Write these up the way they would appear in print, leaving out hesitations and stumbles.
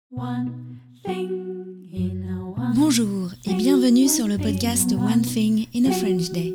Bonjour et bienvenue sur le podcast One Thing in a French Day.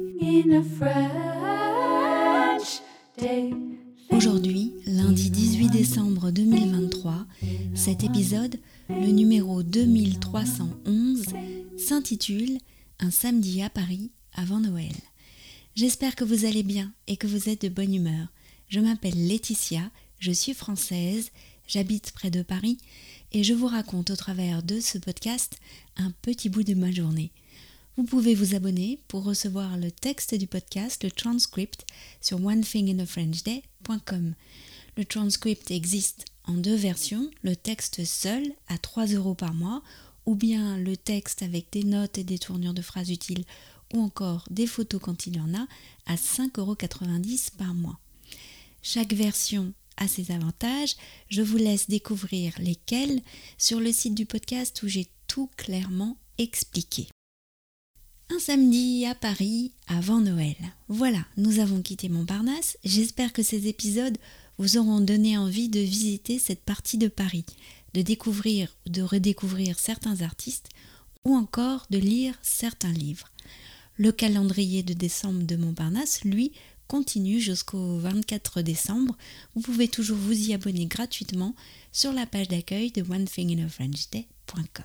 Aujourd'hui, lundi 18 décembre 2023, cet épisode, le numéro 2311, s'intitule « Un samedi à Paris avant Noël ». J'espère que vous allez bien et que vous êtes de bonne humeur. Je m'appelle Laetitia, je suis française, j'habite près de Paris et je vous raconte au travers de ce podcast un petit bout de ma journée. Vous pouvez vous abonner pour recevoir le texte du podcast, le transcript, sur onethinginafrenchday.com. Le transcript existe en 2 versions, le texte seul à 3 € par mois, ou bien le texte avec des notes et des tournures de phrases utiles, ou encore des photos quand il y en a, à 5,90 € par mois. Chaque version a ses avantages, je vous laisse découvrir lesquels sur le site du podcast où j'ai tout clairement expliqué. Un samedi à Paris avant Noël. Voilà, nous avons quitté Montparnasse. J'espère que ces épisodes vous auront donné envie de visiter cette partie de Paris, de découvrir ou de redécouvrir certains artistes ou encore de lire certains livres. Le calendrier de décembre de Montparnasse, lui, continue jusqu'au 24 décembre. Vous pouvez toujours vous y abonner gratuitement sur la page d'accueil de onethinginafrenchday.com.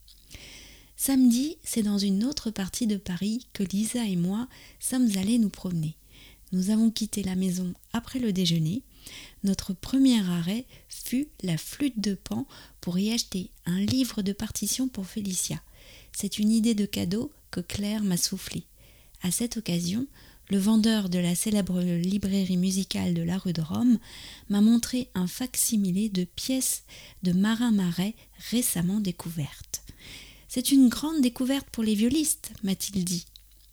Samedi, c'est dans une autre partie de Paris que Lisa et moi sommes allés nous promener. Nous avons quitté la maison après le déjeuner. Notre premier arrêt fut la Flûte de Pan pour y acheter un livre de partition pour Félicia. C'est une idée de cadeau que Claire m'a soufflée. À cette occasion, le vendeur de la célèbre librairie musicale de la rue de Rome m'a montré un fac-similé de pièces de Marin Marais récemment découvertes. C'est une grande découverte pour les violistes, m'a-t-il dit.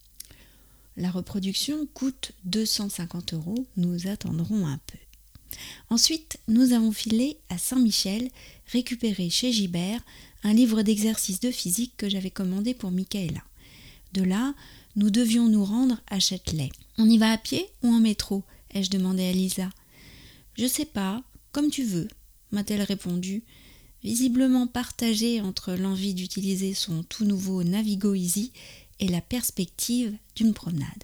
La reproduction coûte 250 €, nous attendrons un peu. Ensuite, nous avons filé à Saint-Michel, récupérer chez Gibert un livre d'exercices de physique que j'avais commandé pour Michaela. De là, nous devions nous rendre à Châtelet. On y va à pied ou en métro ? Ai-je demandé à Lisa. Je sais pas, comme tu veux, m'a-t-elle répondu, visiblement partagée entre l'envie d'utiliser son tout nouveau Navigo Easy et la perspective d'une promenade.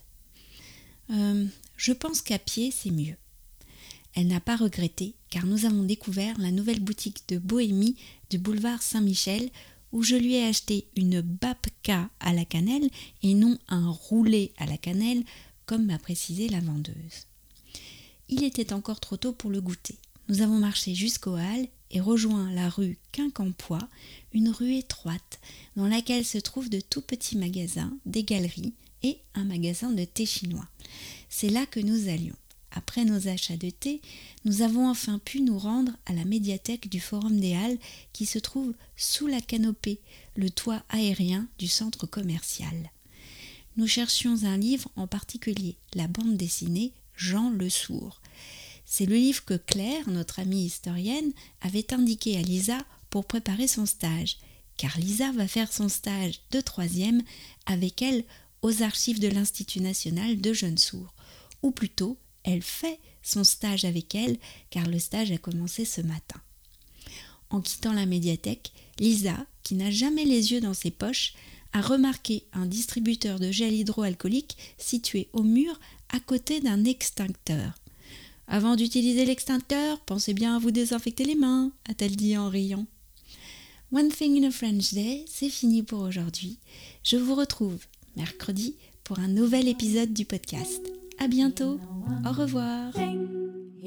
Je pense qu'à pied, c'est mieux. Elle n'a pas regretté, car nous avons découvert la nouvelle boutique de bohémie du boulevard Saint-Michel, où je lui ai acheté une babka à la cannelle et non un roulé à la cannelle, comme m'a précisé la vendeuse. Il était encore trop tôt pour le goûter. Nous avons marché jusqu'aux Halles et rejoint la rue Quincampoix, une rue étroite dans laquelle se trouvent de tout petits magasins, des galeries et un magasin de thé chinois. C'est là que nous allions. Après nos achats de thé, nous avons enfin pu nous rendre à la médiathèque du Forum des Halles qui se trouve sous la canopée, le toit aérien du centre commercial. Nous cherchions un livre en particulier, la bande dessinée Jean le Sourd. C'est le livre que Claire, notre amie historienne, avait indiqué à Lisa pour préparer son stage, car Lisa va faire son stage de 3e avec elle aux archives de l'Institut national de jeunes sourds, ou plutôt elle fait son stage avec elle, car le stage a commencé ce matin. En quittant la médiathèque, Lisa, qui n'a jamais les yeux dans ses poches, a remarqué un distributeur de gel hydroalcoolique situé au mur à côté d'un extincteur. « Avant d'utiliser l'extincteur, pensez bien à vous désinfecter les mains », a-t-elle dit en riant. One Thing in a French Day, c'est fini pour aujourd'hui. Je vous retrouve mercredi pour un nouvel épisode du podcast. À bientôt. Au revoir.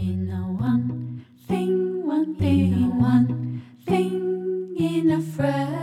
One thing in a